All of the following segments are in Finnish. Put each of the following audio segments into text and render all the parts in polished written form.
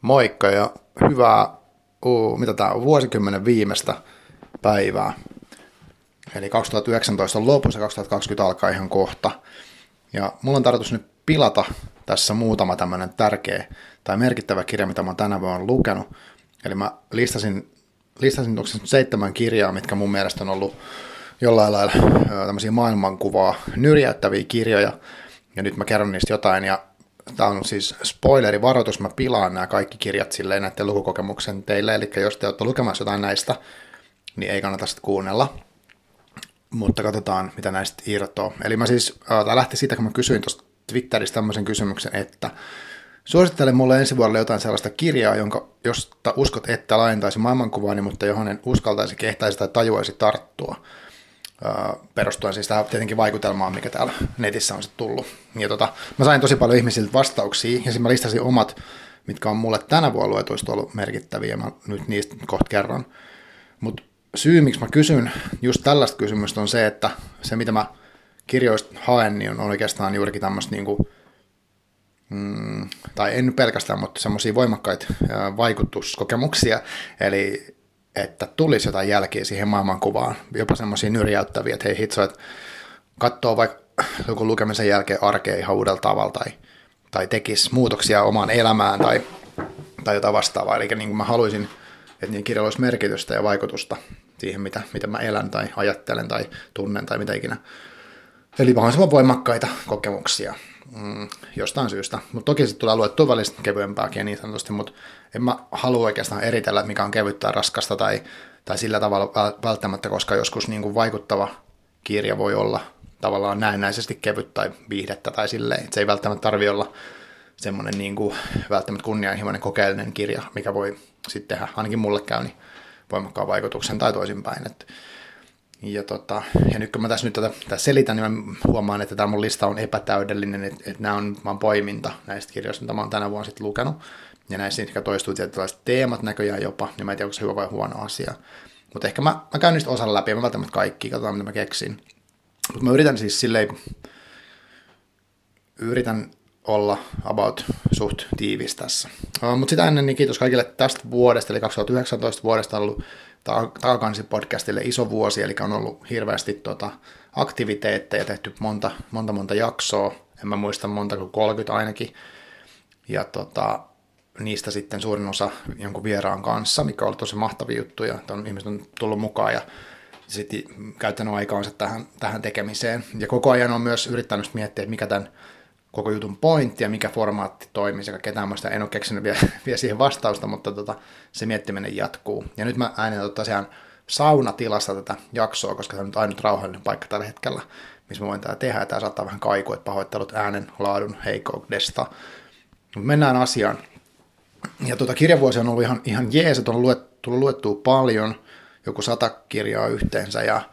Moikka ja hyvää, mitä tämä on, vuosikymmenen viimeistä päivää. Eli 2019 on lopussa ja 2020 alkaa ihan kohta. Ja mulla on tarkoitus nyt pilata tässä muutama tämmöinen tärkeä tai merkittävä kirja, mitä mä oon tänä vuonna lukenut. Eli mä listasin 7 kirjaa, mitkä mun mielestä on ollut jollain lailla tämmöisiä maailmankuvaa nyrjäyttäviä kirjoja. Ja nyt mä kerron niistä jotain ja tämä on siis spoilerivaroitus, mä pilaan nämä kaikki kirjat silleen näiden lukukokemuksen teille, eli jos te olette lukemassa jotain näistä, niin ei kannata sitten kuunnella, mutta katsotaan, mitä näistä irtoaa. Eli mä siis, tämä lähti siitä, kun mä kysyin tuosta Twitterissä tämmöisen kysymyksen, että suosittele mulle ensi vuodelle jotain sellaista kirjaa, josta uskot, että laajentaisi maailmankuvaani, mutta johon en uskaltaisi, kehtaisi tai tajuaisi tarttua. Perustuen siis tähän tietenkin vaikutelmaan, mikä täällä netissä on sitten tullut. Ja mä sain tosi paljon ihmisiltä vastauksia, ja sitten mä listasin omat, mitkä on mulle tänä vuonna luetuista ollut merkittäviä, ja mä nyt niistä kohta kerron. Mutta syy, miksi mä kysyn just tällaista kysymystä, on se, että se, mitä mä kirjoista haen, niin on oikeastaan juurikin tämmöistä, niinku, tai en pelkästään, mutta semmoisia voimakkaita vaikutuskokemuksia, eli että tulisi jotain jälkiä siihen maailmankuvaan, jopa semmoisia nyrjäyttäviä, että hei hitso, että katsoo vaikka joku lukemisen jälkeen arkea ihan uudella tavalla tai tekisi muutoksia omaan elämään tai jotain vastaavaa. Eli niin kuin mä haluaisin, että niin kirjoilla olisi merkitystä ja vaikutusta siihen, mitä mä elän tai ajattelen tai tunnen tai mitä ikinä. Eli mahdollisimman voimakkaita kokemuksia jostain syystä. Mutta toki sitten tulee luettua välistä kevyempääkin niin sanotusti, mutta en mä halua oikeastaan eritellä, mikä on kevyttä tai raskasta tai sillä tavalla välttämättä, koska joskus niin kuin vaikuttava kirja voi olla tavallaan näennäisesti kevyt tai viihdettä tai silleen. Et se ei välttämättä tarvitse olla semmoinen niin kuin välttämättä kunnianhimoinen kokeellinen kirja, mikä voi sitten tehdä, ainakin mulle käy, niin voimakkaan vaikutuksen tai toisinpäin. Ja nyt kun mä tässä nyt tätä selitän, niin mä huomaan, että tämä mun lista on epätäydellinen, että nämä on vaan poiminta näistä kirjoista, mitä mä oon tänä vuonna sitten lukenut. Ja näissä niitä toistuu tietynlaiset teemat näköjään jopa, ja mä en tiedä, onko se hyvä vai huono asia. Mutta ehkä mä käyn niistä osan läpi, ja mä välttämättä kaikki, katsotaan mitä mä keksin. Mutta mä yritän siis silleen, olla about suht tiivis tässä. Mutta sitä ennen niin kiitos kaikille tästä vuodesta, eli 2019 vuodesta on ollut Takakansi podcastille iso vuosi, eli on ollut hirveästi aktiviteetteja, tehty monta jaksoa, en mä muista monta kuin 30 ainakin, ja niistä sitten suurin osa jonkun vieraan kanssa, mikä on ollut tosi mahtavia juttuja, ihmiset on tullut mukaan ja sitten käyttänyt aikaansa tähän tekemiseen, ja koko ajan on myös yrittänyt miettiä, että mikä tämän koko jutun pointti ja mikä formaatti toimii, ja ketään muista en ole keksinyt vielä siihen vastausta, mutta se miettiminen jatkuu. Ja nyt mä äänitän tosiaan saunatilassa tätä jaksoa, koska tämä on nyt ainut rauhallinen paikka tällä hetkellä, missä mä voin tää tehdä, ja tää saattaa vähän kaikua, että pahoittelut äänen laadun heikkoudesta. Mutta mennään asiaan. Ja kirjavuosi on ollut ihan jees, että on tullut luettua paljon, joku 100 kirjaa yhteensä, ja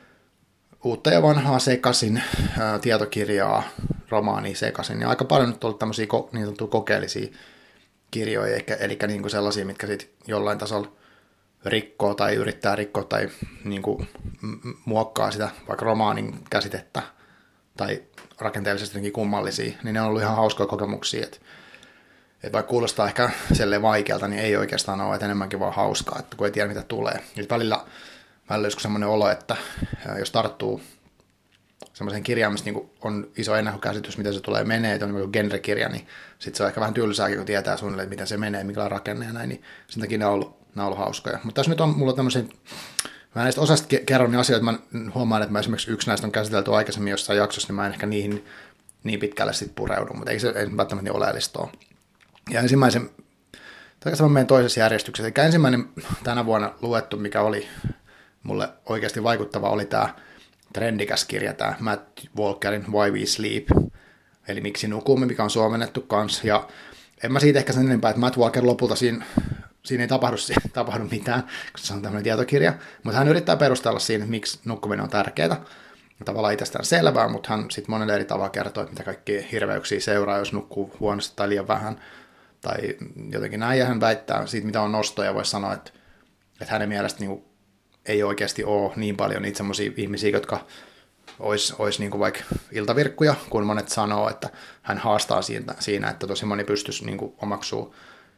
uutta ja vanhaa sekaisin, tietokirjaa, romaania sekaisin, ja aika paljon nyt on ollut tämmöisiä niin sanottuja kokeellisia kirjoja, eli niin kuin sellaisia, mitkä sitten jollain tasolla rikkoo tai yrittää rikkoa tai niin kuin muokkaa sitä vaikka romaanin käsitettä tai rakenteellisesti jotenkin kummallisia, niin ne on ollut ihan hauskoja kokemuksia, että vaikka kuulostaa ehkä selleen vaikealta, niin ei oikeastaan ole, että enemmänkin vaan hauskaa, että kun ei tiedä mitä tulee. Nyt välillä joskus semmoinen olo, että jos tarttuu semmoisen kirjaan, missä niin on iso ennakkokäsitys, miten se tulee menee, että on joku genrekirja, niin sitten se on ehkä vähän tylsääkin, kun tietää suunnilleen, miten se menee, mikä on rakenne ja näin, niin sen takia ne on ollut hauskoja. Mutta tässä nyt on mulla tämmöisiä, mä näistä osasta kerron niin asioita, että mä huomaan, että mä esimerkiksi yksi näistä on käsitelty aikaisemmin jossain jaksossa, niin mä en ehkä niihin niin pitkälle sitten pureudu, mutta ei välttämättä niin oleellista ole. Ja ensimmäisen, oikeastaan meidän toisessa järjestyksessä, eli ensimmäinen tänä vuonna luettu, mikä oli mulle oikeasti vaikuttava, oli tämä trendikäs kirja, tämä Matt Walkerin Why We Sleep, eli Miksi nukumme, mikä on suomennettu kanssa, ja en mä siitä ehkä sen enempää, että Matt Walker lopulta siinä ei tapahdu mitään, koska se on tämmöinen tietokirja, mutta hän yrittää perustella siinä, että miksi nukkuminen on tärkeää, tavallaan itsestään selvää, mutta hän sitten monelle eri tavalla kertoo, että mitä kaikkia hirveyksiä seuraa, jos nukkuu huonosti tai liian vähän, tai jotenkin näin, ja hän väittää siitä, mitä on nostoja, voisi sanoa, että hänen mielestä niin ei oikeasti ole niin paljon niitä semmoisia ihmisiä, jotka olisi niin kuin vaikka iltavirkkuja, kun monet sanoo, että hän haastaa siinä, että tosi moni pystyisi niin kuin omaksua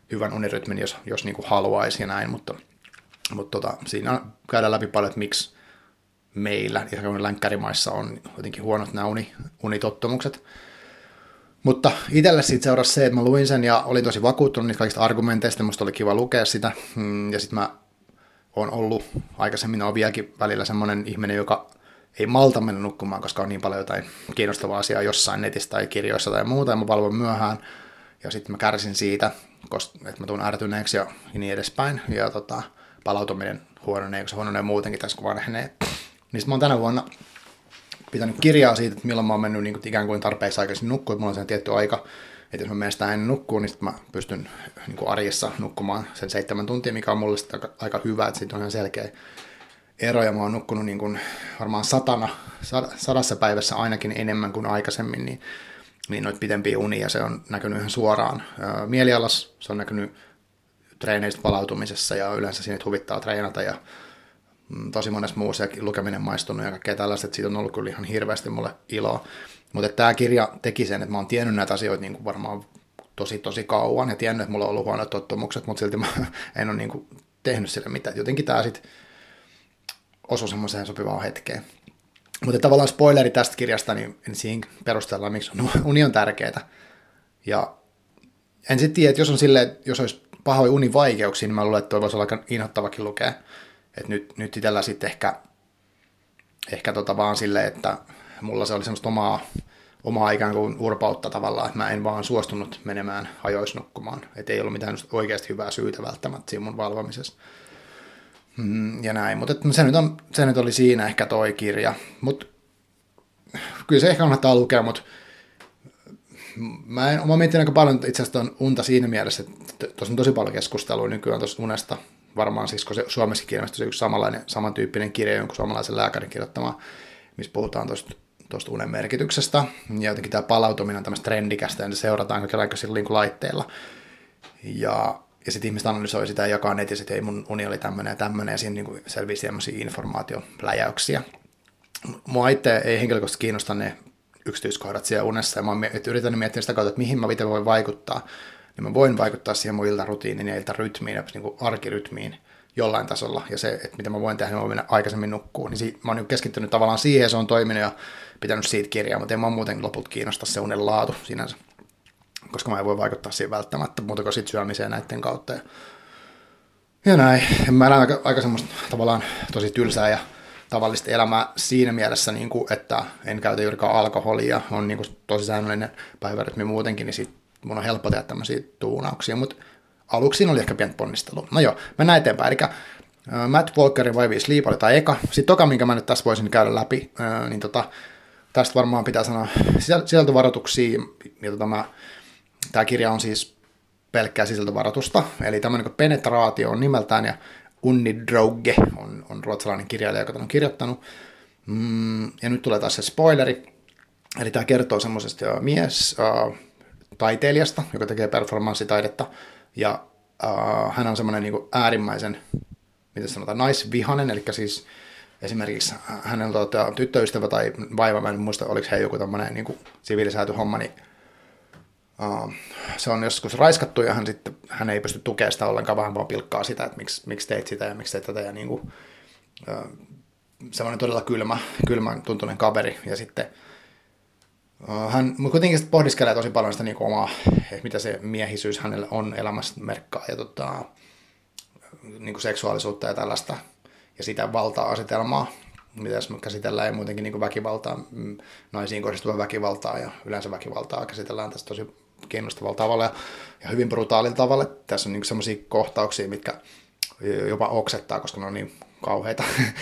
hyvän unirytmin, jos niin kuin haluaisi ja näin, mutta siinä käydään läpi paljon, että miksi meillä ja länkkärimaissa on jotenkin huonot nämä unitottumukset. Mutta itselle siitä seurasi se, että mä luin sen ja olin tosi vakuuttunut niistä kaikista argumenteista, musta oli kiva lukea sitä, ja sitten mä oon ollut aikaisemmin, on vieläkin välillä semmoinen ihminen, joka ei malta mennä nukkumaan, koska on niin paljon jotain kiinnostavaa asiaa jossain netissä tai kirjoissa tai muuta, ja mä valvon myöhään, ja sitten mä kärsin siitä, että mä tuun ärtyneeksi ja niin edespäin, ja palautuminen huononee, kun se huononee muutenkin tässä, kun vanhenee. Niin sitten mä oon tänä vuonna pitänyt kirjaa siitä, että milloin mä oon mennyt niin ikään kuin tarpeeksi aikaisin nukkua, että mulla on sen tietty aika, että jos mä menen sitä ennen nukkua, niin sitten mä pystyn niin arjessa nukkumaan sen 7 tuntia, mikä on mulle aika hyvä, että siitä on ihan selkeä ero, ja mä oon nukkunut niin kuin varmaan 100 päivässä ainakin enemmän kuin aikaisemmin, niin noita pitempiä unia, ja se on näkynyt ihan suoraan mielialassa, se on näkynyt treeneistä palautumisessa, ja yleensä siinä huvittaa treenata, ja tosi monessa muussa, ja lukeminen maistunut ja kaikkea tällaista, että siitä on ollut kyllä ihan hirveästi mulle iloa. Mutta tämä kirja teki sen, että mä oon tiennyt näitä asioita niin kuin varmaan tosi kauan, ja tiennyt, että mulla on ollut huonot tottumukset, mutta silti mä en ole niin kuin tehnyt sille mitään. Jotenkin tämä sitten osui semmoiseen sopivaan hetkeen. Mutta tavallaan spoileri tästä kirjasta, niin en siinä perustellaan, miksi uni on tärkeää. Ja en sitten tiedä, että jos on silleen, että jos olisi pahoja univaikeuksia, niin mä luulen, että toi voisi olla aika inhottavakin lukea. Että nyt itsellä sitten ehkä vaan silleen, että mulla se oli semmoista omaa ikään kuin urpautta tavallaan, että mä en vaan suostunut menemään ajoissa nukkumaan. Että ei ollut mitään oikeasti hyvää syytä välttämättä siinä mun valvomisessa. Ja näin, mutta se nyt oli siinä ehkä toi kirja. Mutta kyllä se ehkä kannattaa lukea, mutta mä oon miettinyt aika paljon itse asiassa tuon unta siinä mielessä, että tuossa on tosi paljon keskustelua nykyään tuosta unesta. Varmaan siis, kun se Suomessakin ilmestyi yksi samantyyppinen kirja, jonkun suomalaisen lääkärin kirjoittama, missä puhutaan tuosta unen merkityksestä. Ja jotenkin tämä palautuminen on tämmöistä trendikästä, ja se seurataan kaikenlaisilla niin laitteilla. Ja sitten ihmiset analysoi sitä ja jakaa netissä, että ei mun uni oli tämmöinen ja tämmöinen, ja siinä niin selvisi tämmöisiä informaatiopläjäyksiä. Mua itse ei henkilökohtaisesti kiinnosta ne yksityiskohdat siellä unessa, ja mä oon yrittänyt miettiä sitä kautta, että mihin mä itse voin vaikuttaa. Niin mä voin vaikuttaa siihen mun iltarutiiniin ja iltarytmiin ja niin kuin arkirytmiin jollain tasolla. Ja se, että mitä mä voin tehdä, niin mä voin mennä aikaisemmin nukkuun. Niin mä oon keskittynyt tavallaan siihen, ja se on toiminut ja pitänyt siitä kirjaa, mutta en mä muuten loput kiinnosta se unen laatu sinänsä. Koska mä en voi vaikuttaa siihen välttämättä, muuta kuin sit syömiseen näiden kautta. Ja näin. Mä elän aika semmoista tavallaan tosi tylsää ja tavallista elämää siinä mielessä, niin kuin, että en käytä juurikaan alkoholia, on niin kuin tosi säännöllinen päivärytmi muutenkin, niin sit mun on helppo tehdä tämmöisiä tuunauksia, mutta aluksi siinä oli ehkä pientä ponnistelua. No joo, mennään eteenpäin. Eli Matt Walkerin Why We Sleep oli tämä eka. Sitten toka, minkä mä nyt tässä voisin käydä läpi, niin tästä varmaan pitää sanoa sisältövaroituksia. Ja tämä kirja on siis pelkkää sisältövaroitusta, eli tämmöinen kuin Penetraatio on nimeltään, ja Unni Drougge on ruotsalainen kirjailija, joka on kirjoittanut. Ja nyt tulee taas se spoileri. Eli tämä kertoo semmoisesta taiteilijasta, joka tekee performanssitaidetta, ja hän on semmoinen niin kuin äärimmäisen, miten sanotaan, naisvihanen, eli siis esimerkiksi hänellä tyttöystävä tai vaiva, mä en muista, oliko he joku tämmöinen niin kuin siviilisääty homma, niin se on joskus raiskattu, ja hän ei pysty tukemaan sitä ollenkaan, vaan pilkkaa sitä, että miksi teit sitä ja miksi teit tätä, ja niin kuin, semmoinen todella kylmän tuntunen kaveri, ja sitten hän kuitenkin pohdiskelee tosi paljon sitä niin omaa, että mitä se miehisyys hänelle on elämässä merkkaa, ja niin kuin seksuaalisuutta ja tällaista, ja sitä valta-asetelmaa, mitä jos me käsitellään, ja muutenkin niin kuin väkivaltaa, naisiin kohdistuvaa väkivaltaa, ja yleensä väkivaltaa käsitellään tässä tosi kiinnostavalla tavalla ja hyvin brutaalilla tavalla. Tässä on niin semmoisia kohtauksia, mitkä jopa oksettaa, koska ne on niin kauheita.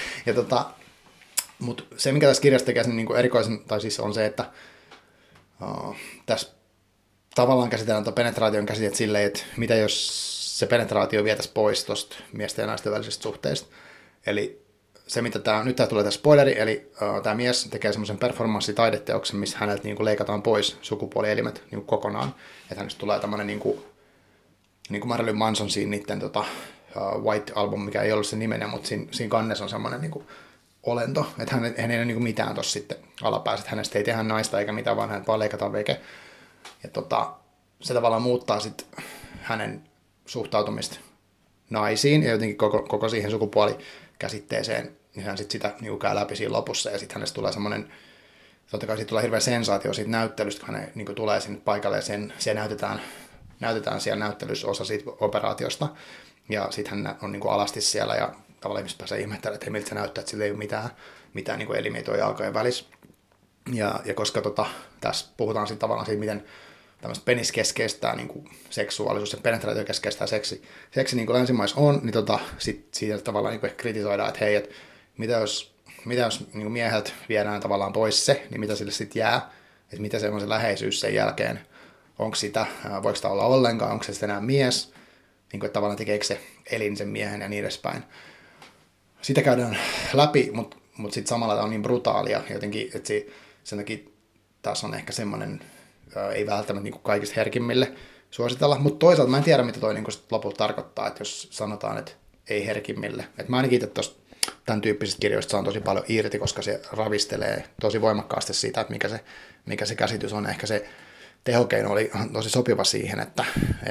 Mutta se, mikä tässä kirjassa tekee sen niin erikoisen, tai siis on se, että tässä tavallaan käsitellään tuon penetraation käsitteet silleen, että mitä jos se penetraatio vietäisi pois tuosta miesten ja naisten välisestä suhteesta. Eli se, mitä nyt tulee tämä spoileri, eli tämä mies tekee semmoisen performanssitaideteoksen, missä häneltä niin kuin leikataan pois sukupuolielimet niin kuin kokonaan. Että hänestä tulee tämmöinen niin kuin Marilyn Manson siinä niiden White Album, mikä ei ollut se nimenä, mutta siinä kannessa on semmoinen niin kuin olento, että hän ei ole niin kuin mitään tuossa sitten alapäässä, että hänestä ei tehdä naista eikä mitään, vaan hänet vaan leikataan veke. Ja se tavallaan muuttaa sitten hänen suhtautumista naisiin ja jotenkin koko siihen sukupuolikäsitteeseen, niin hän sitten sitä niin käy läpi siinä lopussa, ja sitten hänestä tulee semmoinen, totta kai siitä tulee hirveä sensaatio siitä näyttelystä, kun hän niin tulee sinne paikalle, ja siellä näytetään siellä näyttelyssä osa siitä operaatiosta, ja sitten hän on niin alasti siellä, ja tavallaan ihmiset pääsee ihmettelemään, että miltä se näyttää, että sillä ei ole mitään niin elimiä tuo jalkojen välissä. Ja koska tässä puhutaan sitten tavallaan siitä, miten tämmöistä peniskeskeistä niin seksuaalisuus ja penetraatiokeskeistä seksi niin kuin länsimaissa on, niin siitä tavallaan niin kritisoidaan, että hei, että mitä jos niin mieheltä viedään tavallaan pois se, niin mitä sille sitten jää, että mitä se on se läheisyys sen jälkeen, onko sitä, voiko sitä olla ollenkaan, onko se sitten enää mies, niin kuin, että tavallaan tekeekö se elin sen miehen ja niin edespäin. Sitä käydään läpi, mutta sitten samalla tämä on niin brutaalia jotenkin, että sen takia tässä on ehkä semmoinen, ei välttämättä niin kuin kaikista herkimmille suositella, mutta toisaalta mä en tiedä, mitä toi niin kuin lopulta tarkoittaa, että jos sanotaan, että ei herkimmille. Et mä ainakin itse tämän tyyppisistä kirjoista saan tosi paljon irti, koska se ravistelee tosi voimakkaasti siitä, että mikä se käsitys on. Ehkä se tehokeino oli tosi sopiva siihen, että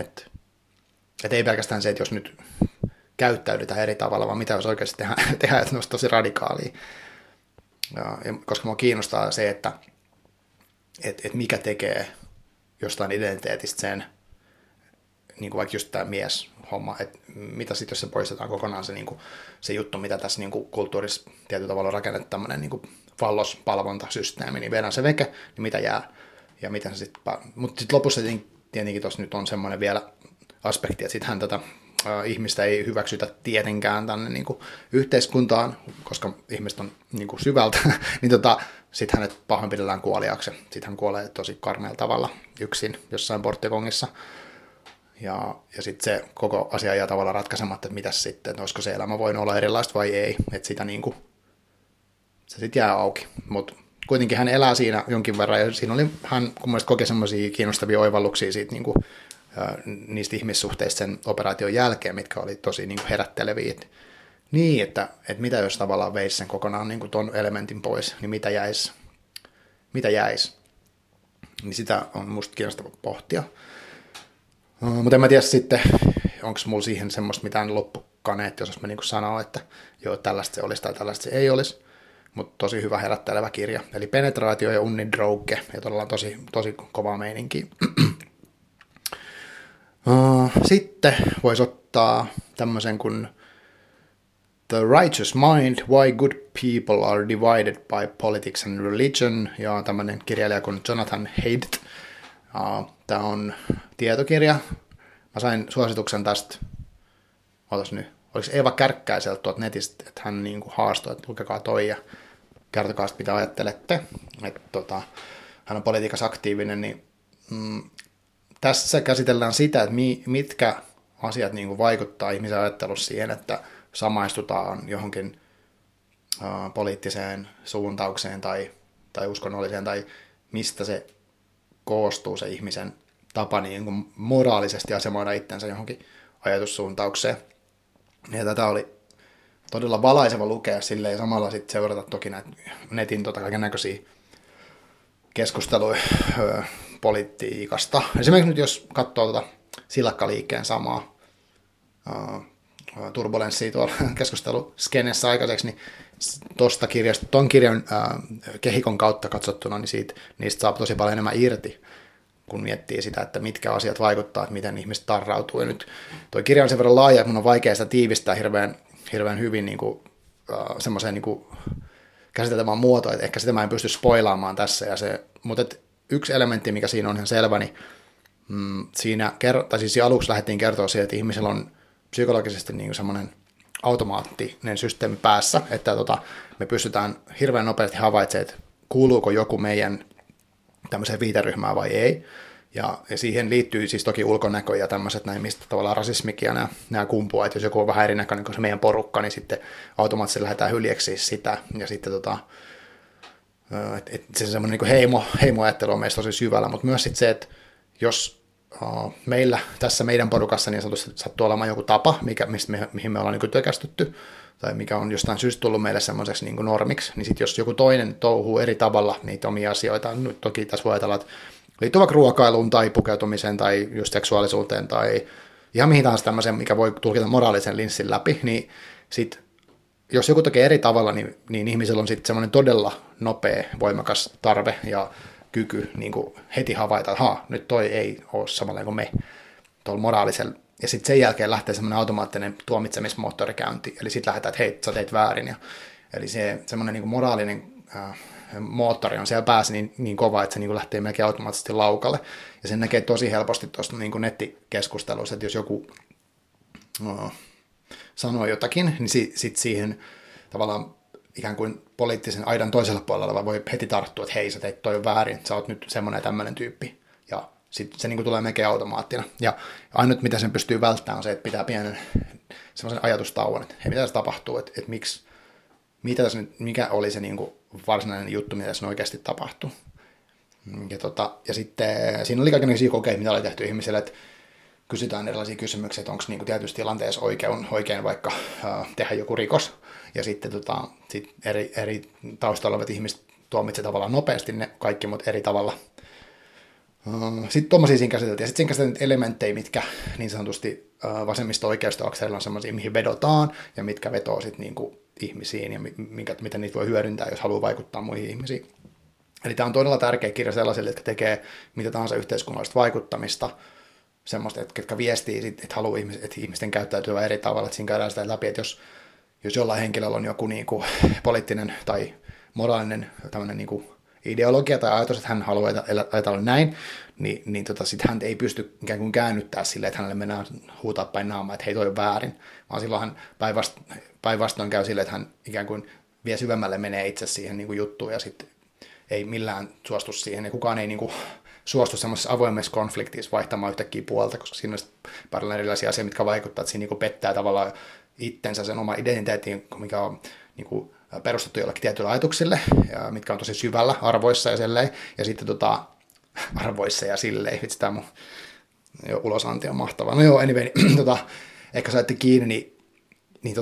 ei pelkästään se, että jos nyt käyttäydytään eri tavalla, vaan mitä jos oikeasti tehdään että ne olisi tosi radikaalia. Ja koska mua kiinnostaa se, että mikä tekee jostain identiteetistä sen, niin kuin vaikka just tämä mieshomma, että mitä sitten, jos se poistetaan kokonaan se juttu, mitä tässä niin kuin kulttuurissa tietyllä tavalla on rakennettu tämmöinen niin kuin fallospalvontasysteemi, niin vedän se veke, niin mitä jää, ja miten se sitten, mutta sitten lopussa tietenkin tuossa nyt on semmoinen vielä aspekti, että sittenhän tätä ihmistä ei hyväksytä tietenkään tänne niin kuin yhteiskuntaan, koska ihmiset on niin kuin syvältä, niin sitten hänet pahoinpidellään kuoliaaksi. Sitten hän kuolee tosi karmealla tavalla yksin jossain porttikongissa. Ja sitten se koko asia jää tavallaan ratkaisematta, että mitäs sitten, että olisiko se elämä voinut olla erilaista vai ei. Että sitä niin kuin, se sitten jää auki. Mutta kuitenkin hän elää siinä jonkin verran, ja siinä oli, hän kun mielestäni koki semmoisia kiinnostavia oivalluksia siitä niin kuin, niistä ihmissuhteista sen operaation jälkeen, mitkä oli tosi niin kuin herätteleviä. Niin, että mitä jos tavallaan veisi sen kokonaan niin kuin ton elementin pois, niin mitä jäisi? Niin sitä on musta kiinnostava pohtia. Mutta en mä tiedä sitten, onko mulla siihen semmoista mitään loppukaneetti, jos mä niin kuin sanoo, että joo, tällaista se olisi tai tällaista se ei olisi. Mutta tosi hyvä herättelevä kirja. Eli Penetraatio ja Unni Droge, ja todella tosi kovaa meininkiä. Sitten voisi ottaa tämmöisen kuin The Righteous Mind, Why Good People Are Divided by Politics and Religion, ja tämmöinen kirjailija kuin Jonathan Haidt. Tämä on tietokirja. Mä sain suosituksen tästä, oliko Eeva Kärkkäiseltä tuolta netistä, että hän niin kuin haastoi, että lukekaa toi ja kertokaa sitten, mitä ajattelette. Hän on politiikassa aktiivinen, niin tässä käsitellään sitä, että mitkä asiat niin kuin vaikuttaa ihmisen ajattelussa siihen, että samaistutaan johonkin poliittiseen suuntaukseen tai uskonnolliseen, tai mistä se koostuu se ihmisen tapa niin kuin moraalisesti asemoida itsensä johonkin ajatussuuntaukseen. Ja tätä oli todella valaiseva lukea silleen, ja samalla sitten seurata toki näitä netin kaikennäköisiä keskusteluja politiikasta. Esimerkiksi nyt jos katsoo silakkaliikkeen samaa turbulenssia tuolla keskusteluskenessä aikaiseksi, niin ton kirjan kehikon kautta katsottuna, niin niistä saa tosi paljon enemmän irti, kun miettii sitä, että mitkä asiat vaikuttaa, että miten ihmiset tarrautuu. Ja nyt tuo kirja on sen verran laaja, että mun on vaikea sitä tiivistää hirveän hyvin niin kuin, semmoiseen niin kuin käsiteltävään muotoon, että ehkä sitä mä en pysty spoilaamaan tässä. Mutta yksi elementti, mikä siinä on ihan selvä, niin siinä aluksi lähdettiin kertoa siitä, että ihmisellä on psykologisesti niin kuin semmoinen automaattinen systeemi päässä, että me pystytään hirveän nopeasti havaitsemaan, että kuuluuko joku meidän tämmöiseen viiteryhmään vai ei. Ja siihen liittyy siis toki ulkonäkö ja tämmöiset näin, mistä tavallaan rasismikin ja nämä kumpuaa, että jos joku on vähän erinäköinen kuin se meidän porukka, niin sitten automaattisesti lähdetään hyljeksiä sitä. Ja sitten se semmoinen niin heimoajattelu on meistä tosi syvällä, mutta myös sitten se, että jos meillä tässä meidän porukassa niin sanotusti sattuu olemaan joku tapa, mihin me ollaan niin tykästytty, tai mikä on jostain syystä tullut meille semmoiseksi niin normiksi, niin sitten jos joku toinen touhuu eri tavalla niitä omia asioita, nyt toki tässä voi ajatella, että liittyy vaikka ruokailuun tai pukeutumiseen tai just seksuaalisuuteen tai ihan mihin tahansa tämmöisen, mikä voi tulkita moraalisen linssin läpi, niin sit, jos joku tekee eri tavalla, niin ihmisellä on sitten semmoinen todella nopea, voimakas tarve ja kyky niin kuin heti havaita, että nyt toi ei ole samalla kuin me tuolla moraalisella. Ja sitten sen jälkeen lähtee semmoinen automaattinen tuomitsemismoottori käyntiin. Eli sitten lähdetään, että hei, sä teit väärin. Eli se semmoinen niin kuin moraalinen moottori on siellä päässä niin kova, että se niin kuin lähtee melkein automaattisesti laukalle. Ja sen näkee tosi helposti tuosta niin kuin nettikeskustelussa, että jos joku sanoo jotakin, niin sitten siihen tavallaan ikään kuin poliittisen aidan toisella puolella voi heti tarttua, että hei, sä teit toi väärin, sä oot nyt semmoinen ja tämmöinen tyyppi. Ja sitten se niin kuin tulee melkein automaattina. Ja ainut, mitä sen pystyy välttämään, on se, että pitää pienen semmoisen ajatustauon, että hei, mitä tässä tapahtuu, että mikä oli se niin kuin varsinainen juttu, mitä tässä oikeasti tapahtuu. Ja sitten siinä oli kaikenlaisia kokeita, mitä oli tehty ihmisille, että kysytään erilaisia kysymyksiä, että onko niin tietyissä tilanteessa oikein vaikka tehdä joku rikos, ja sitten sit eri taustalla olevat ihmiset tuomitsevat tavallaan nopeasti ne kaikki, mutta eri tavalla. Sitten tuommoisia siinä käsiteltiin, ja sitten siinä käsiteltiin elementtejä, mitkä niin sanotusti vasemmisto-oikeisto-akselilla on sellaisia, mihin vedotaan, ja mitkä vetoo sitten niinku ihmisiin, ja miten niitä voi hyödyntää, jos haluaa vaikuttaa muihin ihmisiin. Eli tämä on todella tärkeä kirja sellaisille, jotka tekee mitä tahansa yhteiskunnallista vaikuttamista, semmoista, että viestii, että haluaa että ihmisten käyttäytyvä eri tavalla, että siinä käydään sitä läpi, että jos jollain henkilöllä on joku niinku poliittinen tai moraalinen tämmöinen niinku ideologia tai ajatus, että hän haluaa ajatella näin, niin sitten hän ei pysty ikään kuin käännyttää silleen, että hänelle mennään huutaa päin naamaa, että hei, toi on väärin, vaan silloin hän päinvastoin käy silleen, että hän ikään kuin vie syvemmälle menee itse siihen niin kuin juttuun ja sitten ei millään suostu siihen, ja kukaan ei niin kuin suostu semmoisessa avoimessa konfliktissa vaihtamaan yhtäkkiä puolta, koska siinä on paljon erilaisia asioita, mitkä vaikuttavat, että siinä niin kuin pettää tavallaan itsensä sen oma identiteetin, mikä on niin kuin perustettu jollekin tietyille ajatuksille, ja mitkä on tosi syvällä arvoissa ja silleen, ja sitten arvoissa ja silleen, vitsi tämä mun ulosanti on mahtavaa. No joo, anyway, ehkä saitte kiinni, niin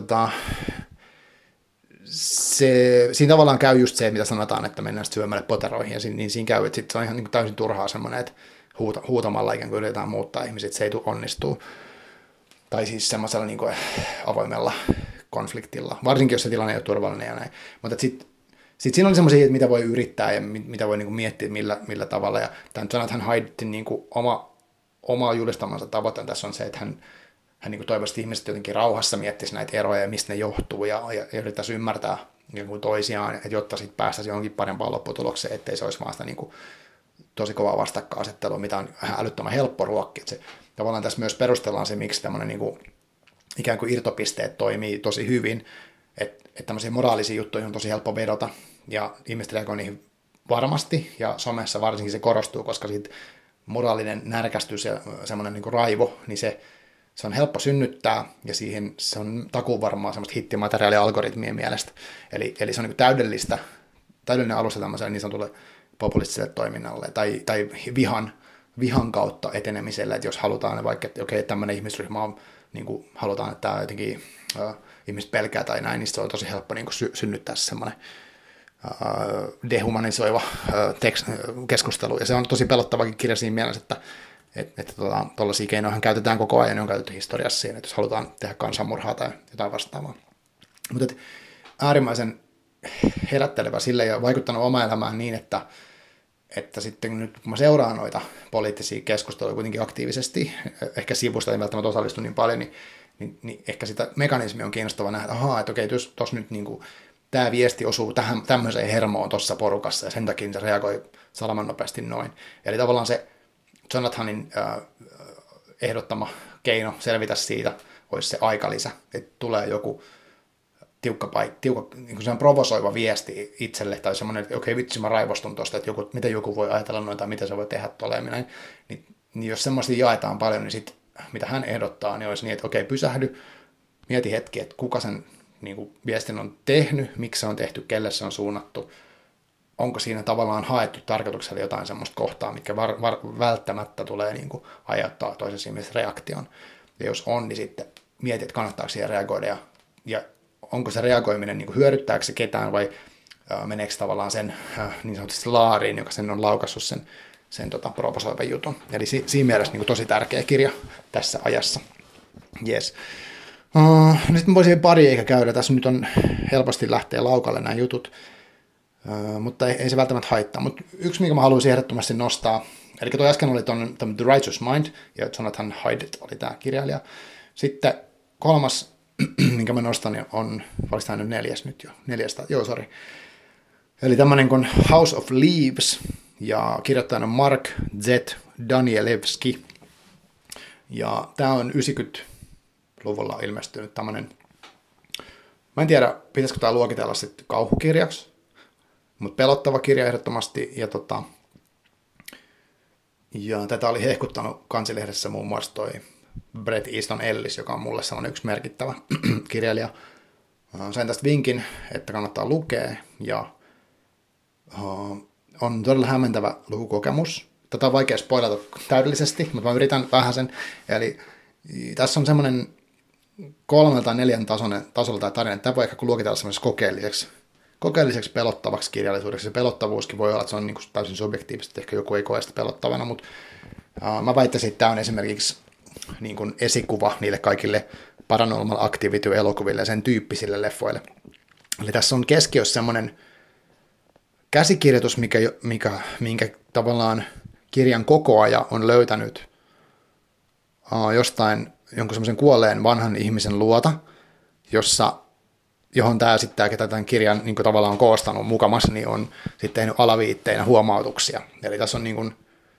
siinä tavallaan käy just se, mitä sanotaan, että mennään sitten syömälle poteroihin, ja niin siinä käy, että sit se on ihan niin kuin täysin turhaa semmoinen, että huutamalla ikään kuin yritetään muuttaa ihmiset, se ei tule onnistuu. Tai siis semmoisella niin kuin avoimella konfliktilla, varsinkin jos se tilanne ei ole turvallinen ja näin. Mutta sitten siinä oli semmoisia, että mitä voi yrittää ja mitä voi niin kuin miettiä millä tavalla. Ja tämän Jonathan Haidtin niin kuin oma julistamansa tavoite tässä on se, että hän niin kuin toivoisi, että ihmiset jotenkin rauhassa miettisivät näitä eroja ja mistä ne johtuu ja yrittäisi ymmärtää niin kuin toisiaan, että jotta sitten päästäisiin johonkin parempaan lopputulokseen, ettei se olisi vaan sitä niin kuin tosi kovaa vastakkainasettelua, mitä on älyttömän helppo ruokkia. Se, tavallaan tässä myös perustellaan se, miksi tämmöinen niin kuin ikään kuin irtopisteet toimii tosi hyvin, että tämmöisiä moraalisia juttuja on tosi helppo vedota, ja ihmiset reagoi niihin varmasti, ja somessa varsinkin se korostuu, koska siitä moraalinen närkästys ja semmoinen niin kuin raivo, niin se on helppo synnyttää, ja siihen se on takuvarmaa semmoista hittimateriaalia algoritmien mielestä. Eli se on niin kuin täydellinen alusta tämmöiselle niin sanotulle populistiselle toiminnalle, tai vihan kautta etenemiselle, että jos halutaan vaikka, että okei, tämmöinen ihmisryhmä on, niin kuin halutaan, että jotenkin ihmiset pelkää tai näin, niin se on tosi helppo niin kuin synnyttää semmoinen dehumanisoiva keskustelu, ja se on tosi pelottavakin kirja siinä mielessä, että tuollaisia keinoja käytetään koko ajan, ne on käytetty historiassa siinä, että jos halutaan tehdä kansanmurhaa tai jotain vastaavaa. Mutta äärimmäisen herättelevä sille ja vaikuttanut oma elämään niin, että sitten nyt kun mä seuraan noita poliittisia keskusteluja kuitenkin aktiivisesti, ehkä sivusta ei välttämättä osallistu niin paljon, niin ehkä sitä mekanismia on kiinnostava nähdä, että okei, tuossa nyt niin kuin, tämä viesti osuu tämmöiseen hermoon tuossa porukassa, ja sen takia se reagoi salaman nopeasti noin. Eli tavallaan se Jonathanin ehdottama keino selvitä siitä olisi se aikalisä, että tulee joku tiukka niin se on provosoiva viesti itselle, tai semmoinen, että okei, vitsi, mä raivostun tuosta, että miten joku voi ajatella noin, tai miten se voi tehdä tolleen, niin jos semmoisia jaetaan paljon, niin sitten mitä hän ehdottaa, niin olisi niin, että okei, pysähdy, mieti hetki, että kuka sen niin kuin viestin on tehnyt, miksi se on tehty, kelle se on suunnattu, onko siinä tavallaan haettu tarkoituksella jotain semmoista kohtaa, mitkä välttämättä tulee niin kuin aiheuttaa toisessa ihmisessä reaktion. Ja jos on, niin sitten mieti, että kannattaako siihen reagoida, ja onko se reagoiminen, niin kuin hyödyttääkö se ketään, vai meneekö tavallaan sen niin sanotusti laariin, joka sen on laukassut sen provosoivan jutun. Eli siinä mielessä niin kuin tosi tärkeä kirja tässä ajassa. Yes. Nyt mä voisin pari eikä käydä. Tässä nyt on helposti lähtee laukalle nämä jutut, mutta ei se välttämättä haittaa. Mutta yksi, mikä mä haluaisin ehdottomasti nostaa, eli tuo äsken oli tuon The Righteous Mind, ja Jonathan Haidt oli tämä kirjailija. Sitten kolmas, minkä mä nostan, on, oliko tämä nyt neljästä, sorry. Eli tämmöinen kuin House of Leaves, ja kirjoittajana Mark Z. Danielewski. Ja tämä on 90-luvulla ilmestynyt tämmöinen, mä en tiedä, pitäisikö tämä luokitella sitten kauhukirjaksi, mutta pelottava kirja ehdottomasti, ja tätä oli hehkuttanut kansilehdessä muun muassa toi Bret Easton Ellis, joka on mulle sellainen yksi merkittävä kirjailija. Sain tästä vinkin, että kannattaa lukea, ja on todella hämmentävä lukukokemus. Tätä on vaikea spoilata täydellisesti, mutta mä yritän vähän sen. Eli tässä on semmoinen 3 tai 4 tasolla tämä tarina. Tämä voi ehkä luokitella semmoisessa kokeelliseksi pelottavaksi kirjallisuudeksi. Se pelottavuuskin voi olla, että se on niin kuin täysin subjektiivista, ehkä joku ei koe sitä pelottavana, mutta mä väittäisin, että tämä on esimerkiksi niin kuin esikuva niille kaikille Paranormal Activity-elokuville ja sen tyyppisille leffoille. Eli tässä on keskiössä semmoinen käsikirjoitus, minkä tavallaan kirjan kokoaja on löytänyt jostain jonkun semmoisen kuolleen vanhan ihmisen luota, johon tämä sitten, ketä tämän kirjan niin kuin tavallaan on koostanut mukamassa, niin on sitten tehnyt alaviitteinä huomautuksia. Eli tässä on niin kuin,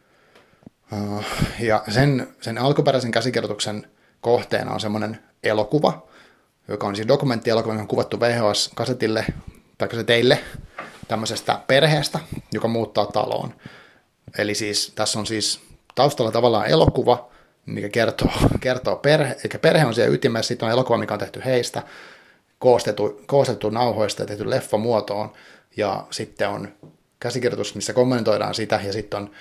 ja sen alkuperäisen käsikirjoituksen kohteena on semmoinen elokuva, joka on siis dokumenttielokuva, joka on kuvattu VHS-kasetille tai kaseteille tämmöisestä perheestä, joka muuttaa taloon. Eli siis tässä on siis taustalla tavallaan elokuva, mikä kertoo perhe, eli perhe on siellä ytimessä, sitten on elokuva, mikä on tehty heistä, koostettu nauhoista ja tehty leffamuotoon, ja sitten on käsikirjoitus, missä kommentoidaan sitä, ja sitten on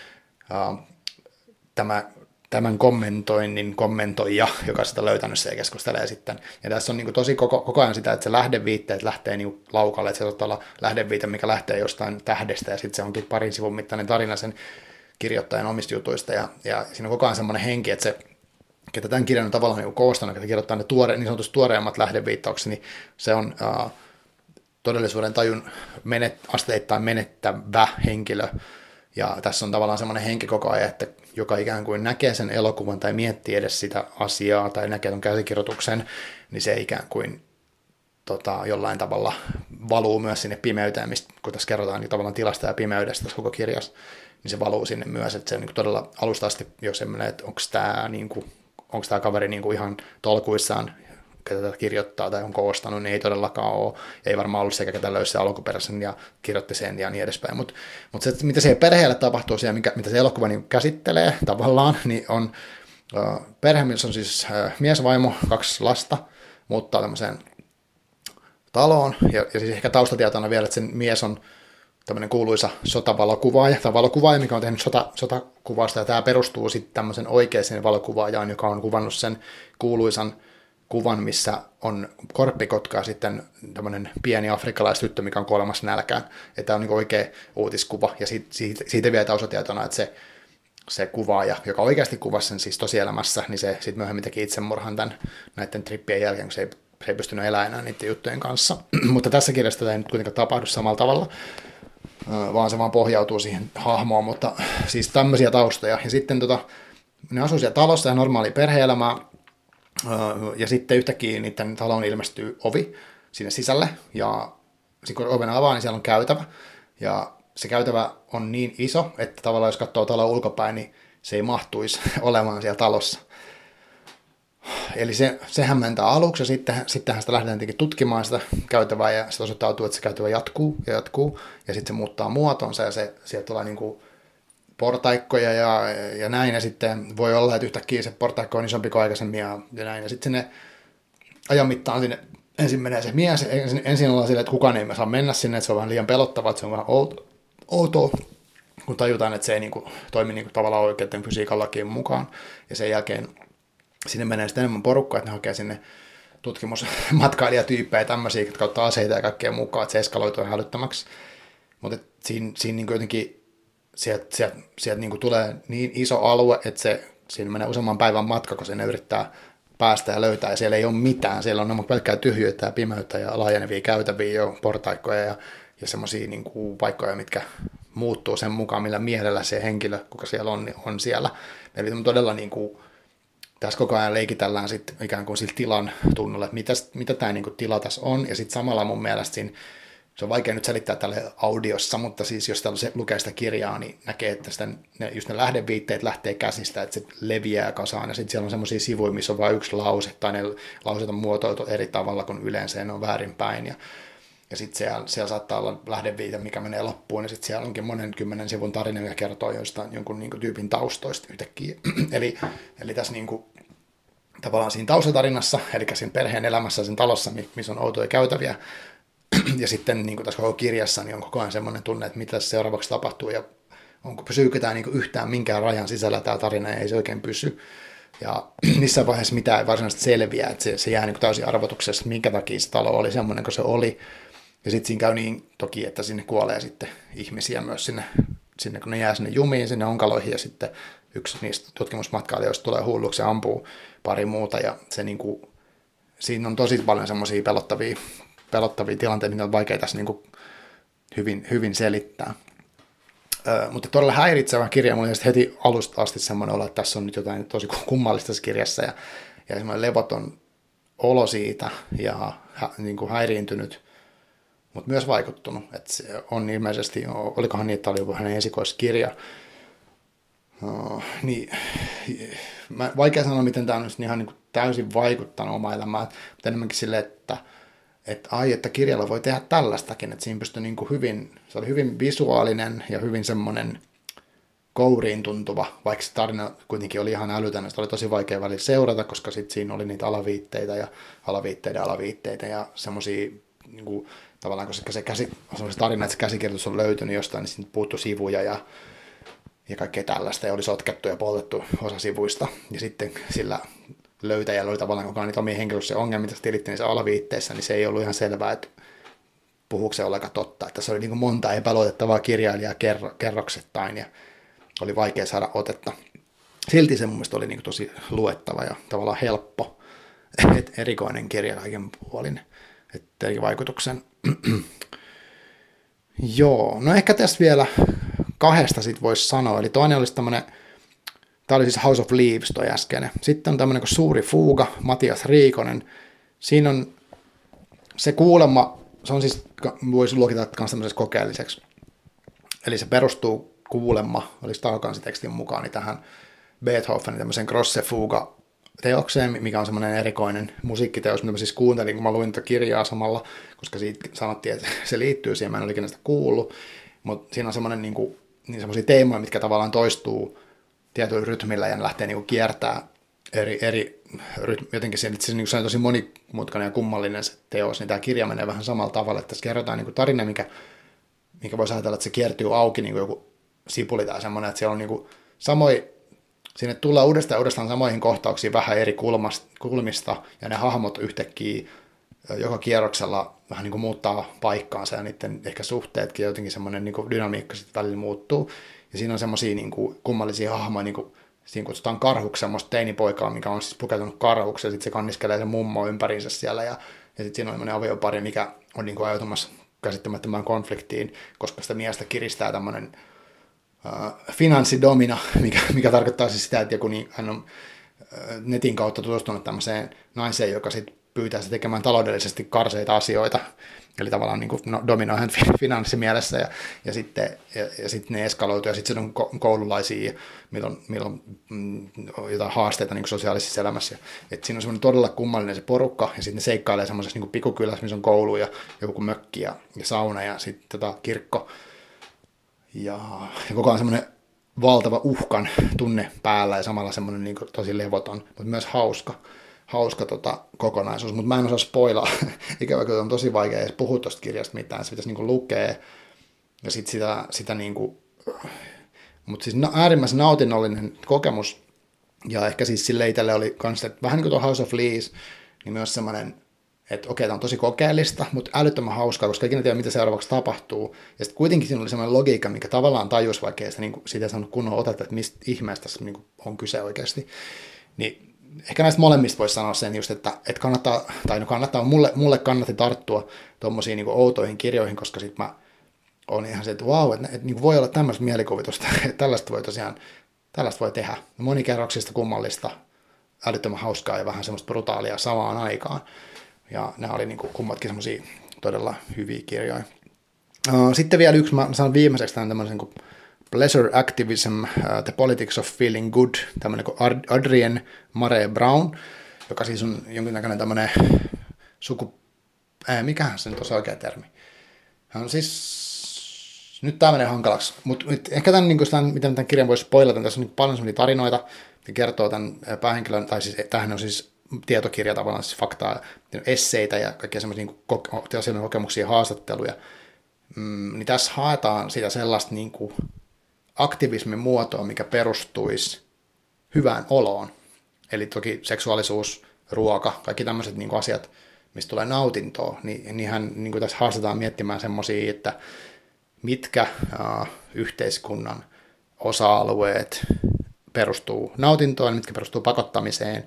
tämän kommentoinnin kommentoija, joka sitä löytänyt se ja keskustelee sitten. Ja tässä on niin kuin tosi koko ajan sitä, että se lähdeviitteet lähtee niin kuin laukalle, että se saattaa olla lähdeviite, mikä lähtee jostain tähdestä, ja sitten se onkin parin sivun mittainen tarina sen kirjoittajan omista jutuista, ja siinä on koko ajan semmoinen henki, että se, ketä tämän kirjan on tavallaan niin koostanut, että kirjoittaa ne niin sanotusti tuoreimmat lähdeviittaukset, niin se on todellisuuden tajun asteittain menettävä henkilö, ja tässä on tavallaan semmoinen henki koko ajan, että joka ikään kuin näkee sen elokuvan tai miettii edes sitä asiaa tai näkee ton käsikirjoituksen, niin se ikään kuin jollain tavalla valuu myös sinne pimeyteen, mistä kun tässä kerrotaan niin tavallaan tilasta ja pimeydestä tässä koko kirjassa, niin se valuu sinne myös, että se on niin todella alusta asti jo semmoinen, että onko tämä kaveri niin kuin ihan tolkuissaan, ketä tätä kirjoittaa tai on koostanut, niin ei todellakaan ole. Ei varmaan ollut sekä ketä löysi se alkuperäisen ja kirjoitti sen ja niin edespäin. Mutta se, mitä siihen perheelle tapahtuu, siellä, mitä se elokuva niin käsittelee tavallaan, niin on perhe, missä on siis mies, vaimo, 2 lasta, muuttaa tämmöiseen taloon. Ja siis ehkä taustatietona vielä, että sen mies on tämmöinen kuuluisa sotavalokuvaaja, tai valokuvaaja, mikä on tehnyt sotakuvausta, ja tämä perustuu sitten tämmöisen oikeaan valokuvaajaan, joka on kuvannut sen kuuluisan kuvan, missä on korppikotka ja sitten tämmöinen pieni afrikkalaistyttö, mikä on kuolemassa nälkään. Että tämä on niin oikea uutiskuva, ja siitä vielä taustatietona, että se kuvaaja, joka oikeasti kuvasi sen siis tosielämässä, niin se sitten myöhemmin teki itsemurhan näiden trippien jälkeen, kun se ei pystynyt elämään enää niiden juttujen kanssa. Mutta tässä kirjassa tämä ei nyt kuitenkaan tapahdu samalla tavalla, vaan se vaan pohjautuu siihen hahmoon, mutta siis tämmöisiä taustoja. Ja sitten ne asuu siellä talossa ja normaali perhe-elämää, ja sitten yhtäkkiä niiden taloon ilmestyy ovi sinne sisälle, ja kun oven avaa, niin siellä on käytävä, ja se käytävä on niin iso, että tavallaan jos katsoo talon ulkopäin, niin se ei mahtuisi olemaan siellä talossa. Eli se hämmentää aluksi, ja sittenhän sitä lähdetään tietenkin tutkimaan sitä käytävää, ja se osoittautuu, että se käytävä jatkuu, ja sitten se muuttaa muotonsa, ja sieltä tulee niin kuin portaikkoja ja näin, ja sitten voi olla, että yhtäkkiä se portaikko on isompi kuin aikaisemmin, ja näin, ja sitten sinne ajan mittaan sinne ensin menee se mies, ensin ollaan silleen, että kukaan ei saa mennä sinne, että se on vähän liian pelottavaa, että se on vähän outoa, kun tajutaan, että se ei niin kuin toimi niin kuin tavallaan oikeiden fysiikan lakien mukaan, ja sen jälkeen sinne menee sitten enemmän porukkaa, että ne hakee sinne tutkimusmatkailijatyyppejä tämmöisiä, jotka ottaa aseita ja kaikkea mukaan, että se eskaloituu hälyttömäksi. Mutta siinä niin jotenkin sieltä niin tulee niin iso alue, että siinä menee useamman päivän matka, kun sen yrittää päästä ja löytää, ja siellä ei ole mitään. Siellä on pelkkää tyhjyyttä ja pimeyttä ja laajenevia käytäviä jo portaikkoja ja semmoisia niin kuin paikkoja, mitkä muuttuu sen mukaan, millä mielellä se henkilö, kuka siellä on siellä. Eli todella niin kuin, tässä koko ajan leikitellään sit ikään kuin sillä tilan tunnolla, että mitä tämä niin kuin tila tässä on, ja sitten samalla mun mielestä siinä, se on vaikea nyt selittää tälle audiossa, mutta siis jos täällä lukee sitä kirjaa, niin näkee, että just ne lähdeviitteet lähtee käsistä, että se leviää kasaan, ja sitten siellä on semmoisia sivuja, missä on vain yksi lause, tai ne lauseet on muotoiltu eri tavalla kuin yleensä, ja ne on väärinpäin, ja sitten siellä saattaa olla lähdeviite, mikä menee loppuun, ja sitten siellä onkin monen 10 sivun tarina, joka kertoo jostain jonkun niin kuin tyypin taustoista yhtäkkiä. eli tässä niin kuin, tavallaan siinä taustatarinassa, eli siinä perheen elämässä, sen talossa, missä on outoja käytäviä, ja sitten niin kuin tässä koko kirjassa niin on koko ajan semmoinen tunne, että mitä seuraavaksi tapahtuu, ja pysyykö tämä niin kuin yhtään minkään rajan sisällä tämä tarina, ja ei se oikein pysy. Ja missään vaiheessa mitään ei varsinaisesti selviä, että se jää niin kuin täysin arvotuksessa, minkä takia se talo oli semmoinen kuin se oli. Ja sitten siinä käy niin toki, että sinne kuolee sitten ihmisiä myös sinne kun ne jää sinne jumiin, sinne onkaloihin, ja sitten yksi niistä tutkimusmatkailijoista tulee hulluksi ja ampuu pari muuta, ja se niin kuin, siinä on tosi paljon semmoisia pelottavia tilanteita, mitä on vaikea tässä niin kuin hyvin selittää. Mutta todella häiritsevä kirja, mulla oli heti alusta asti semmoinen olo, että tässä on nyt jotain tosi kummallista tässä kirjassa, ja semmoinen levoton olo siitä, ja niin kuin häiriintynyt, mutta myös vaikuttunut. Että se on ilmeisesti, olikohan niin, että tämä oli hänen esikoiskirja. Niin, vaikea sanoa, miten tämä on ihan niin kuin täysin vaikuttanut omaan elämään, mutta enemmänkin silleen, että kirjalla voi tehdä tällaistakin, että siinä pystyi niin kuin se oli hyvin visuaalinen ja hyvin semmoinen kouriin tuntuva, vaikka se tarina kuitenkin oli ihan älytön, sitä oli tosi vaikea välillä seurata, koska sitten siinä oli niitä alaviitteitä ja semmoisia niin kuin, tavallaan, koska se tarina, että se käsikirjoitus on löytynyt jostain, niin siitä puuttui sivuja ja kaikkea tällaista, ja oli sotkettu ja poltettu osa sivuista, ja sitten sillä löytäjällä oli tavallaan koko ajan niitä omia henkilöllisiä ongelmia, mitä tilitti niissä alaviitteissä, niin se ei ollut ihan selvää, että puhuuko se ollenkaan totta, että se oli niin kuin monta epäluotettavaa kirjailijaa kerroksittain, ja oli vaikea saada otetta. Silti se mun mielestä oli niin kuin tosi luettava ja tavallaan helppo, erikoinen kirja kaiken puolin, että teki vaikutuksen. Joo, no ehkä tässä vielä kahdesta sit voisi sanoa, eli toinen olisi tämmöinen, tämä oli siis House of Leaves toi äskeinen. Sitten on tämmöinen kuin Suuri fuuga, Matias Riikonen. Siinä on se kuulemma, se on siis, voisi luokitella myös tämmöiseksi kokeelliseksi. Eli se perustuu kuulemma, olisi taukansitekstin mukaan, niin tähän Beethovenin tämmöisen Grosse fuga teokseen, mikä on semmoinen erikoinen musiikkiteos, mitä mä siis kuuntelin, kun mä luin tätä kirjaa samalla, koska siitä sanottiin, että se liittyy siihen, mä en ole ikinä sitä kuullut. Mutta siinä on semmoinen niin semmoisia teemoja, mitkä tavallaan toistuu tietyllä rytmillä ja ne lähtee niin kiertää eri jotenkin se on tosi monimutkainen ja kummallinen se teos, niin tämä kirja menee vähän samalla tavalla, että tässä kerrotaan niin tarina, mikä voisi ajatella, että se kiertyy auki niin kuin joku sipuli tai semmoinen, että siellä on niin sinne tullaan uudestaan samoihin kohtauksiin vähän eri kulmista, ja ne hahmot yhtäkkiä joka kierroksella vähän niin kuin muuttaa paikkaansa, ja niiden ehkä suhteetkin jotenkin semmoinen niin kuin dynamiikka sitten välillä muuttuu. Ja siinä on semmoisia niin kuin kummallisia hahmoja, niin kuin siinä kutsutaan karhuksi semmoista teinipoikaa, mikä on siis pukeutunut karhuksi, ja sitten se kanniskelee sen mummo ympäriinsä siellä, ja sitten siinä on semmoinen aviopari, mikä on niin kuin ajautumassa käsittämättömään konfliktiin, koska sitä miestä kiristää tämmöinen finanssidomina, mikä tarkoittaa siis sitä, että hän on netin kautta tutustunut tämmöiseen naiseen, joka sitten pyytää sitä tekemään taloudellisesti karseita asioita, eli tavallaan niin kuin dominoi hän finanssimielessä, ja sitten ne eskaloituu, ja sitten se on koululaisia, milloin jotain haasteita niin kuin sosiaalisessa elämässä. Et siinä on semmoinen todella kummallinen se porukka, ja sitten ne seikkailee semmoisessa niin kuin pikkukylässä, missä on koulu ja joku mökki ja sauna ja sitten kirkko. Ja koko ajan semmoinen valtava uhkan tunne päällä ja samalla semmoinen niin kuin tosi levoton, mutta myös hauska kokonaisuus, mutta mä en osaa spoilaa. Ikävä kyllä on tosi vaikea edes puhua tuosta kirjasta mitään, se pitäisi niin kuin lukea ja sitten sitä niin kuin, mutta siis äärimmäisen nautinnollinen kokemus ja ehkä siis sille itselle oli kans, että vähän niin kuin tuo House of Leaves, niin myös semmoinen, että okei, tämä on tosi kokeellista, mutta älyttömän hauskaa, koska ikinä tiedä, mitä seuraavaksi tapahtuu. Ja sitten kuitenkin siinä oli semmoinen logiikka, mikä tavallaan tajus, vaikka sitä, niin siitä ei saanut kunnon otetta, että mistä ihmeestä tässä niin on kyse oikeasti. Niin ehkä näistä molemmista voisi sanoa sen just, että kannattaa, tai no kannattaa, mulle kannatti tarttua tuommoisiin niin outoihin kirjoihin, koska sitten mä oon ihan se, että vau, että niin voi olla tämmöistä mielikuvitusta, että tällaista voi tehdä. Monikerroksista, kummallista, älyttömän hauskaa ja vähän semmoista brutaalia samaan aikaan. Ja nämä oli niin kuin kummatkin semmoisia todella hyviä kirjoja. Sitten vielä yksi, mä sanon viimeiseksi tämän tämmöisen kuin Pleasure Activism, The Politics of Feeling Good, tämmöinen kuin Adrienne Maree Brown, joka siis on jonkinnäköinen tämmöinen mikähän se nyt on se oikea termi? Hän on siis, nyt tämä menee hankalaksi, mutta ehkä tämän, miten tämän kirjan voisi spoilata, tässä on niin paljon sellaisia tarinoita, ja kertoo tämän päähenkilön, tai siis tämähän on siis tietokirja tavallaan, siis faktaa, esseitä ja kaikkia semmoisia niin kokemuksia, haastatteluja, niin tässä haetaan sitä sellaista niin kuin aktivismin muotoa, mikä perustuisi hyvään oloon. Eli toki seksuaalisuus, ruoka, kaikki tämmöiset niin kuin asiat, mistä tulee nautintoa, niin hän niin kuin tässä haastetaan miettimään semmoisia, että mitkä yhteiskunnan osa-alueet perustuu nautintoon, mitkä perustuu pakottamiseen,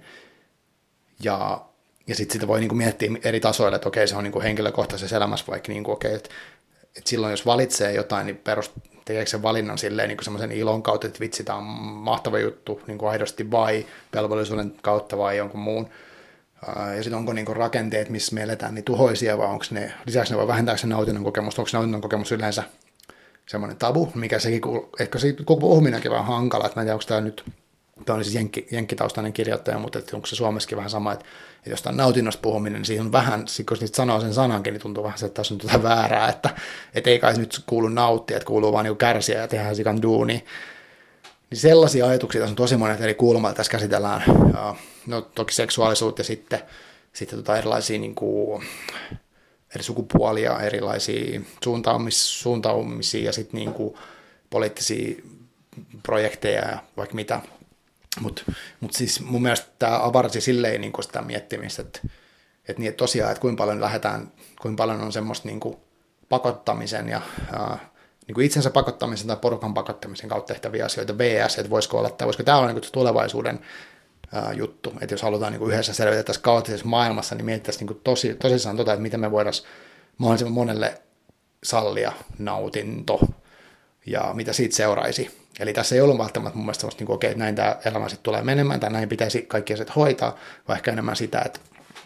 ja sitten sitä voi niin kuin miettiä eri tasoilla, että okei, se on niin kuin henkilökohtaisessa elämässä vaikka, niin kuin, okei, että silloin jos valitsee jotain, niin tekeekö sen valinnan silleen niin kuin semmoisen ilon kautta, että vitsi, tämä on mahtava juttu niin kuin aidosti vai velvollisuuden kautta vai jonkun muun. Ja sitten onko niin kuin rakenteet, missä me eletään, niin tuhoisia, vai onko lisäksi ne voi vähentää sen nautinnon kokemusta, onko nautinnon kokemus yleensä semmoinen tabu, mikä sekin, ehkä se koko puhuminenkin vähän hankala, että mä en tiedä, onko tämä nyt, tämä on siis jenkkitaustainen kirjoittaja, mutta että onko se Suomessakin vähän sama, että jos tämä on nautinnosta puhuminen, niin siihen on vähän, kun niitä sanoo sen sanankin, niin tuntuu vähän se, että tässä on jotain väärää, että ei kai nyt kuulu nauttia, että kuuluu vaan niin kärsiä ja tehdä sikan duunia. Niin sellaisia ajatuksia tässä on tosi monet eri kulmalta tässä käsitellään. No toki seksuaalisuutta ja sitten erilaisia niin kuin, eri sukupuolia, erilaisia suuntaumisia ja sitten niin kuin poliittisia projekteja ja vaikka mitä. Mut siis mun mielestä tämä avarsi silleen niin kuin sitä miettimistä, että tosiaan, että kuinka paljon on semmoista niin kuin pakottamisen ja niin kuin itsensä pakottamisen tai porukan pakottamisen kautta tehtäviä asioita vs, että voisiko tämä olla niin kuin tulevaisuuden juttu, että jos halutaan niin kuin yhdessä selvitä tässä kaoottisessa maailmassa, niin mietittäisiin niin kuin tosissaan että miten me voidaan mahdollisimman monelle sallia nautinto ja mitä siitä seuraisi. Eli tässä ei ollut välttämättä mun mielestä semmoista, niin kuin, okei, että näin tämä elämä sitten tulee menemään, tai näin pitäisi kaikki asiat hoitaa, vai ehkä enemmän sitä, että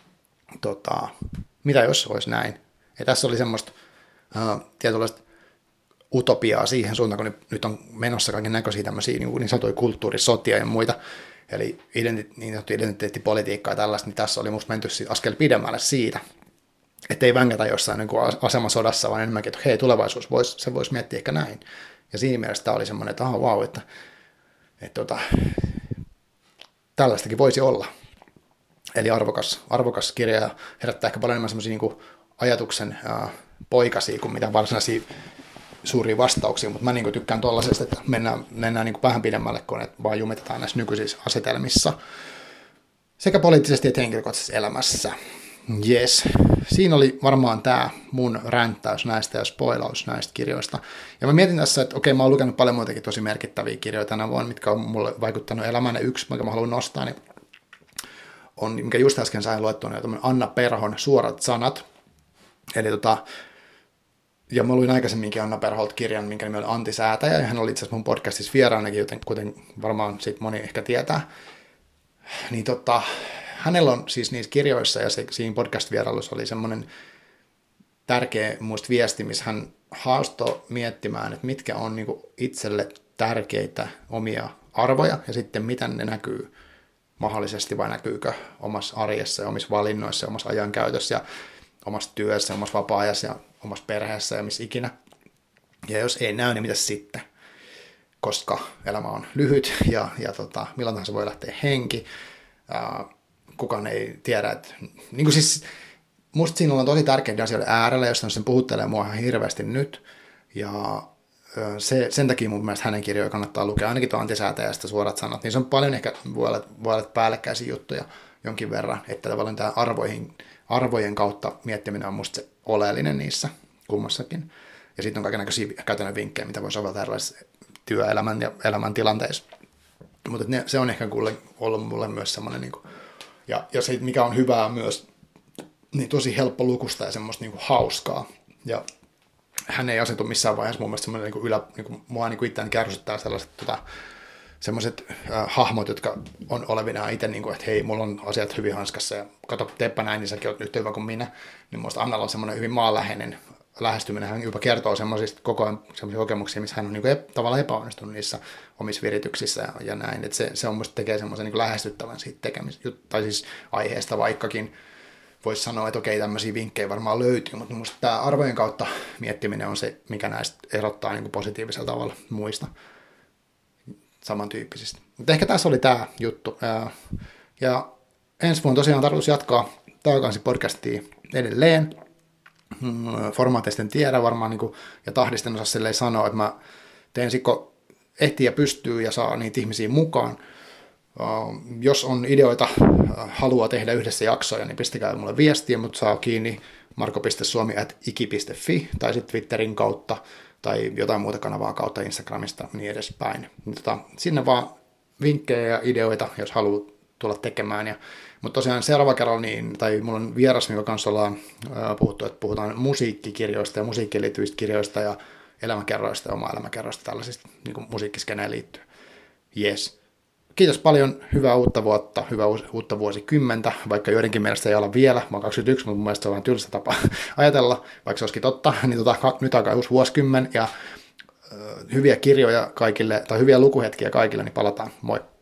mitä jos olisi näin. Ja tässä oli semmoista tietynlaista utopiaa siihen suuntaan, kun nyt on menossa kaiken näköisiä tämmöisiä niin sanottuja kulttuurisotia ja muita, eli niin sanottu identiteettipolitiikkaa ja tällaista, niin tässä oli musta menty askel pidemmälle siitä, että ei vängätä jossain niin kuin asemasodassa, vaan enemmänkin, että hei, tulevaisuus voisi miettiä ehkä näin. Ja siinä mielessä tämä oli semmoinen, että vau, että tällaistakin voisi olla. Eli arvokas kirja ja herättää ehkä paljon enemmän semmoisia niin kuin ajatuksen poikasia kuin mitään varsinaisia suuria vastauksia, mutta mä niin kuin tykkään tuollaisesta, että mennään niin kuin vähän pidemmälle, kun että vaan jumetetaan näissä nykyisissä asetelmissa sekä poliittisesti että henkilökohtaisessa elämässä. Yes. Siinä oli varmaan tämä mun ränttäys näistä ja spoilaus näistä kirjoista. Ja mä mietin tässä, että okei, mä oon lukenut paljon muitakin tosi merkittäviä kirjoja tänä vuonna, mitkä on mulle vaikuttanut elämään. Ja yksi, minkä mä haluan nostaa, niin on, minkä just äsken sain luettua, niin Anna Perhon Suorat sanat. Eli ja mä luin aikaisemminkin Anna Perholta kirjan, minkä nimi oli Antisäätäjä, ja hän oli itse asiassa mun podcastissa vieraanakin, joten kuten varmaan siitä moni ehkä tietää. Niin hänellä on siis niissä kirjoissa ja siinä podcast-vierailussa oli semmoinen tärkeä muista viesti, missä hän haastoi miettimään, että mitkä on niinku itselle tärkeitä omia arvoja ja sitten miten ne näkyy mahdollisesti vai näkyykö omassa arjessa ja omissa valinnoissa ja omassa ajankäytössä ja omassa työssä ja omassa vapaa-ajassa ja omassa perheessä ja missä ikinä. Ja jos ei näy, niin mitäs sitten? Koska elämä on lyhyt ja milloin tahansa voi lähteä henki. Kukaan ei tiedä, että niin kuin siis, musta siinä on tosi tärkeitä asioiden äärellä, josta sen puhuttelee mua ihan hirveästi nyt, ja sen takia mun mielestä hänen kirjoja kannattaa lukea, ainakin tuo Antisäätäjästä Suorat sanat, niin se on paljon ehkä voi olla päällekkäisiä juttuja jonkin verran, että tavallaan tämä arvojen kautta miettiminen on musta se oleellinen niissä kummassakin, ja sitten on kaikenlaisia käytännön vinkkejä, mitä voi soveltaa erilaisissa työelämän ja elämän tilanteissa. Mutta se on ehkä ollut mulle myös semmoinen, niin kuin, ja se, mikä on hyvää myös, niin tosi helppo lukusta ja semmoista niin kuin hauskaa. Ja hän ei asetu missään vaiheessa mun mielestä semmoinen mua itseäni kärsyttää sellaiset semmoiset hahmot, jotka on olevinaan itse, niin kuin, että hei, mulla on asiat hyvin hanskassa ja kato, teepä näin, niin säkin oot nyt hyvä kuin minä. Niin musta Annalla on semmoinen hyvin maanläheinen lähestyminen. Hän jopa kertoo semmoisista koko ajan semmoisia kokemuksia, missä hän on niin kuin tavallaan epäonnistunut niissä omissa virityksissä ja näin. Että se on musta tekee semmoisen niin kuin lähestyttävän siitä tekemistä, tai siis aiheesta vaikkakin. Voisi sanoa, että okei, tämmöisiä vinkkejä varmaan löytyy, mutta minusta tämä arvojen kautta miettiminen on se, mikä näistä erottaa niin kuin positiivisella tavalla muista samantyyppisistä. Mutta ehkä tässä oli tämä juttu. Ja ensi vuonna tosiaan on tarkoitus jatkaa Taakansi-podcastia edelleen. Formaateista en tiedä varmaan, niin kuin, ja tahdista en osaa silleen sanoa, että mä teen kun ehtii ja pystyy ja saa niitä ihmisiä mukaan. Jos on ideoita, haluaa tehdä yhdessä jaksoja, niin pistäkää mulle viestiä, mutta saa kiinni marko.suomi@iki.fi tai sitten Twitterin kautta tai jotain muuta kanavaa kautta Instagramista niin edespäin. Sinne vaan vinkkejä ja ideoita, jos haluaa tulla tekemään. Mutta tosiaan seuraava kerralla, tai mulla on vieras, minkä kanssa ollaan puhuttu, että puhutaan musiikkikirjoista ja musiikkiin liittyvistä kirjoista ja elämäkerroista ja oma elämäkerroista tällaisista niin musiikkiskeneen liittyen. Yes. Kiitos paljon, hyvää uutta vuotta, hyvää uutta vuosikymmentä, vaikka joidenkin mielestä ei olla vielä, mä oon 21, mutta mun mielestä se on vähän tylsä tapa ajatella, vaikka se olisikin totta, niin nyt alkaa uusi vuosikymmen ja hyviä kirjoja kaikille, tai hyviä lukuhetkiä kaikille, niin palataan, moi!